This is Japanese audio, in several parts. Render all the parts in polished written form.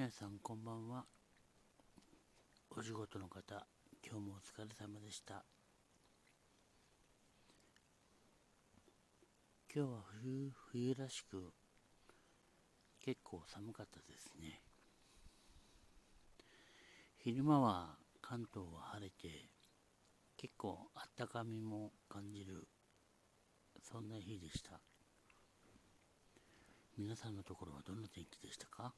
皆さんこんばんは。お仕事の方、今日もお疲れ様でした。今日は冬らしく結構寒かったですね。昼間は関東は晴れて結構あったかみも感じる、そんな日でした。皆さんのところはどんな天気でしたか？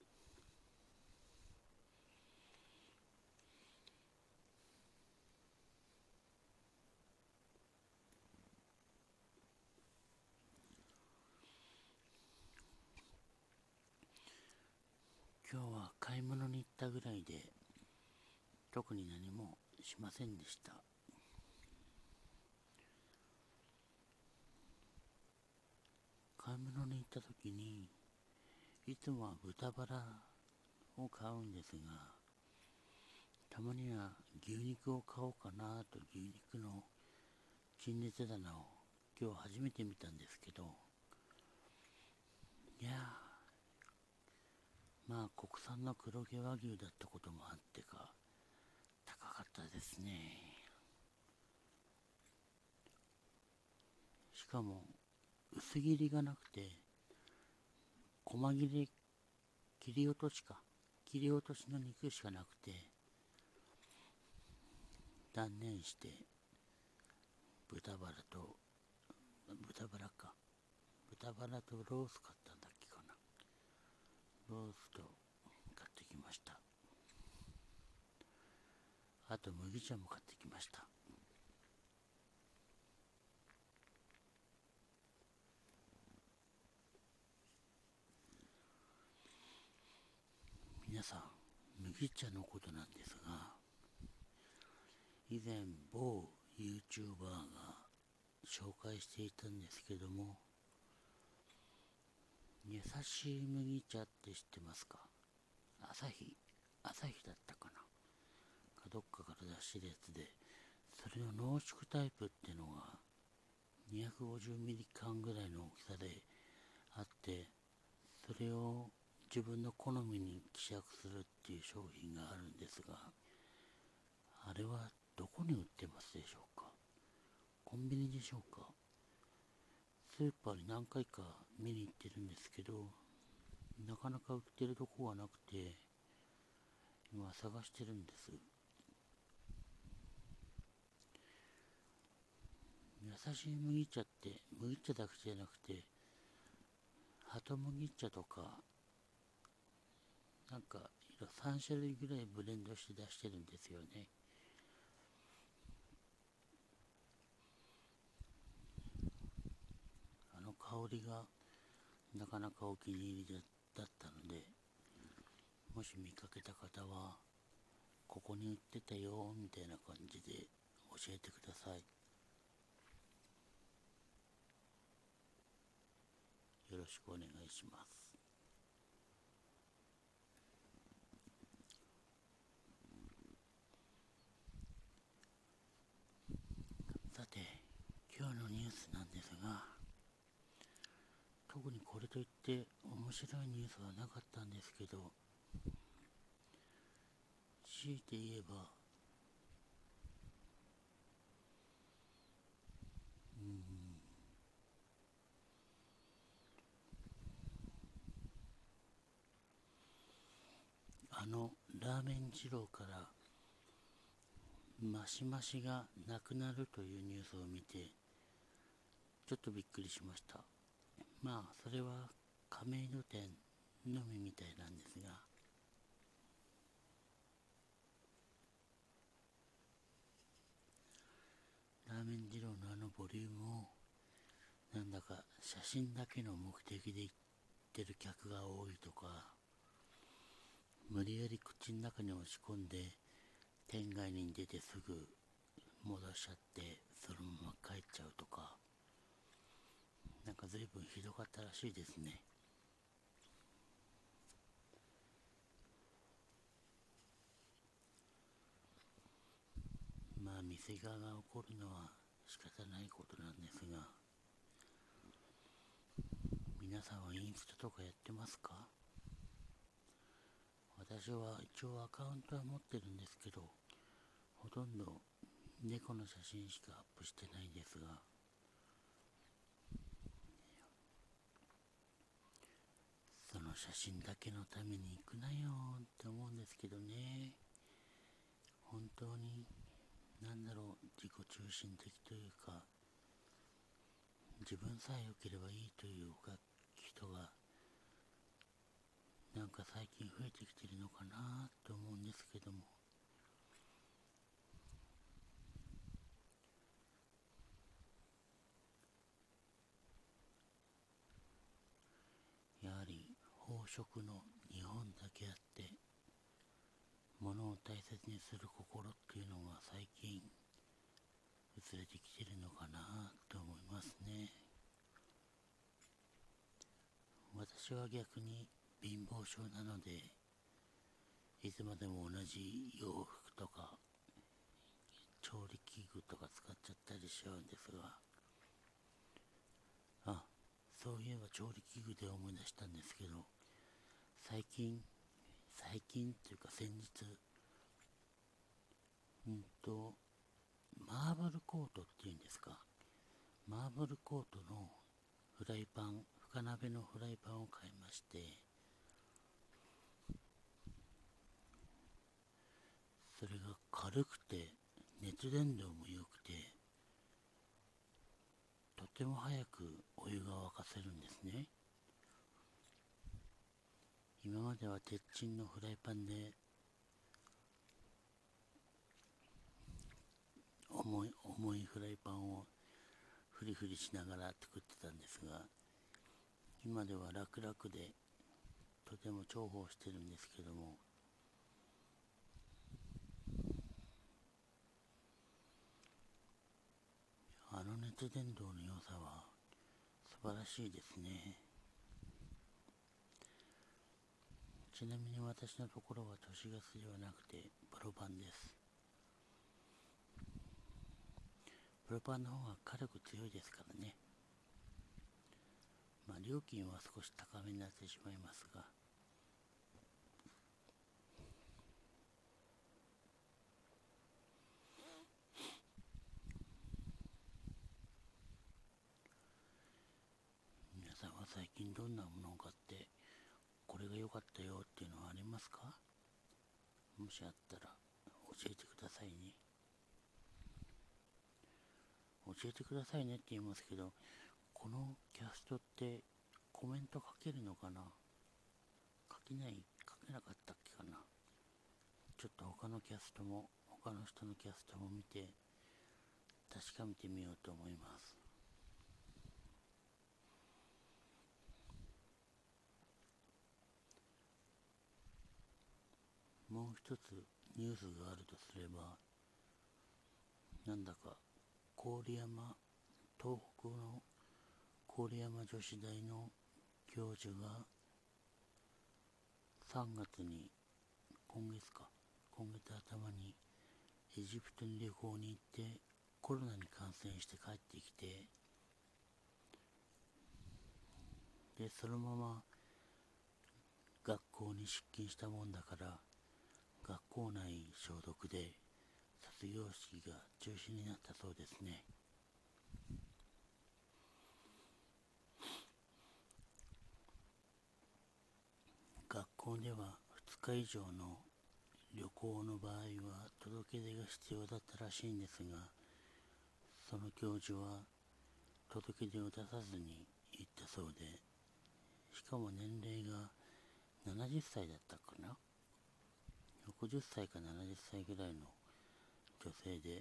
今日は買い物に行ったぐらいで特に何もしませんでした。買い物に行った時にいつもは豚バラを買うんですが、たまには牛肉を買おうかなと、牛肉の陳列棚を今日初めて見たんですけど、いやまあ国産の黒毛和牛だったこともあってか高かったですね。しかも薄切りがなくて細切れ、切り落としか切り落としの肉しかなくて、断念して豚バラと豚バラか豚バラとロース買ったんだっけかな。ロースと買ってきました。あと麦茶も買ってきました。皆さん、麦茶のことなんですが、以前某 YouTuber が紹介していたんですけども、優しい麦茶って知ってますか？朝日だったかな、どっかから出してるやつで、それの濃縮タイプっていうのが250ミリ缶ぐらいの大きさであって、それを自分の好みに希釈するっていう商品があるんですが、あれはどこに売ってますでしょうか？コンビニでしょうか？スーパーに何回か見に行ってるんですけど、なかなか売ってるとこがなくて、今探してるんです。優しい麦茶って麦茶だけじゃなくて、ハト麦茶とか、なんか3種類ぐらいブレンドして出してるんですよね。あの香りがなかなかお気に入りだったので、もし見かけた方はここに売ってたよみたいな感じで教えてください。よろしくお願いします。さて、今日のニュースなんですが、特にこれといって面白いニュースはなかったんですけど、強いて言えば、あのラーメン二郎からマシマシがなくなるというニュースを見て、ちょっとびっくりしました。まあそれは亀戸店のみみたいなんですが、ラーメン二郎のあのボリュームをなんだか写真だけの目的で行ってる客が多いとか、無理やり口の中に押し込んで店外に出てすぐ戻しちゃってそのまま帰っちゃうとか、なんか随分ひどかったらしいですね。まあ店側が怒るのは仕方ないことなんですが、皆さんはインスタとかやってますか？ 私は一応アカウントは持ってるんですけど、ほとんど猫の写真しかアップしてないですが、その写真だけのために行くなよって思うんですけどね。本当に自己中心的というか、自分さえ良ければいいという人がなんか最近増えてきてるのかなと思うんですけども、やはり飽食の日本だけあって、物を大切にする心っていうのが最近薄れてきてるのかなと思いますね。私は逆に貧乏症なので、いつまでも同じ洋服とか調理器具とか使っちゃったりしちゃうんですが、そういえば調理器具で思い出したんですけど、最近っていうか先日、マーブルコートっていうんですか、マーブルコートのフライパン、深鍋のフライパンを買いまして、それが軽くて熱伝導も良くて、とても早くお湯が沸かせるんですね。今までは鉄鎮のフライパンで重いフライパンをフリフリしながら作ってたんですが、今では楽々でとても重宝してるんですけども、あの熱伝導の良さは素晴らしいですね。ちなみに私のところは都市ガスではなくてプロパンです。プロパンの方が火力強いですからね。料金は少し高めになってしまいますが、皆さんは最近どんなものを買って、これが良かったよっていうのはありますか？もしあったら教えてくださいね。教えてくださいねって言いますけど、このキャストってコメント書けるのかな？書けなかったっけかな？ちょっと他の人のキャストも見て確かめてみようと思います。もう一つニュースがあるとすれば、なんだか東北の郡山女子大の教授が3月に今月頭にエジプトに旅行に行ってコロナに感染して帰ってきて、でそのまま学校に出勤したもんだから、学校内消毒で卒業式が中止になったそうですね。学校では2日以上の旅行の場合は届け出が必要だったらしいんですが、その教授は届け出を出さずに行ったそうで、しかも年齢が70歳だったかな、60歳か70歳ぐらいの女性で、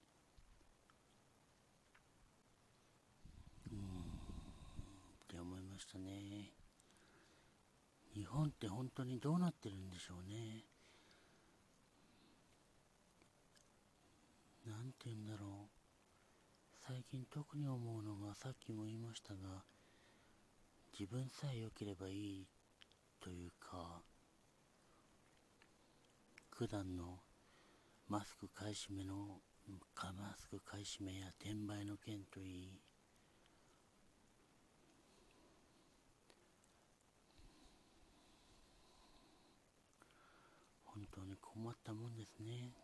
って思いましたね。日本って本当にどうなってるんでしょうね。なんて言うんだろう。最近特に思うのが、さっきも言いましたが、自分さえ良ければいいというか、普段のマスク買い占めや転売の件といい、 当に困ったもんですね。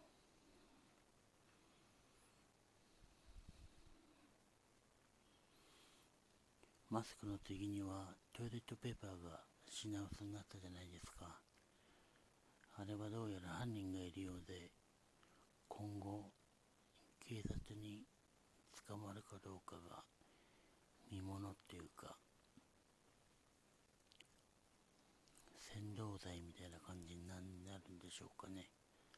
マスクの次にはトイレットペーパーが品薄になったじゃないですか。あれはどうやら犯人がいるようで、今後警察に捕まるかどうかが見ものっていうか、扇動罪みたいな感じになるんでしょうかね。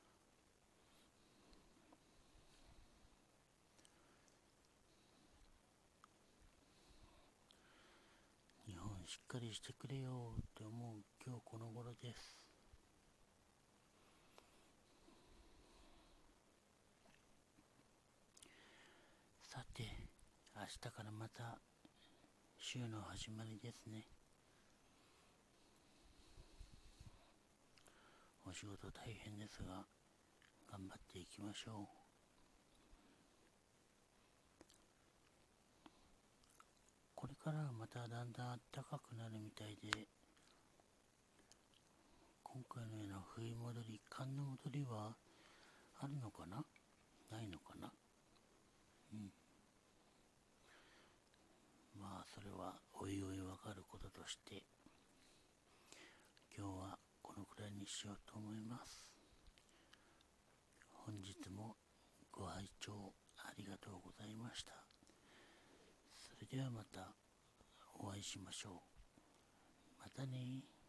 日本しっかりしてくれよって思う今日この頃です。さて、明日からまた週の始まりですね。お仕事大変ですが、頑張っていきましょう。これからはまただんだん暖かくなるみたいで、今回のような冬戻り、寒の戻りはあるのかな、ないのかな。まあそれはおいおいわかることとして、今日はこのくらいにしようと思います。本日もご拝聴ありがとうございました。それではまたお会いしましょう。またね。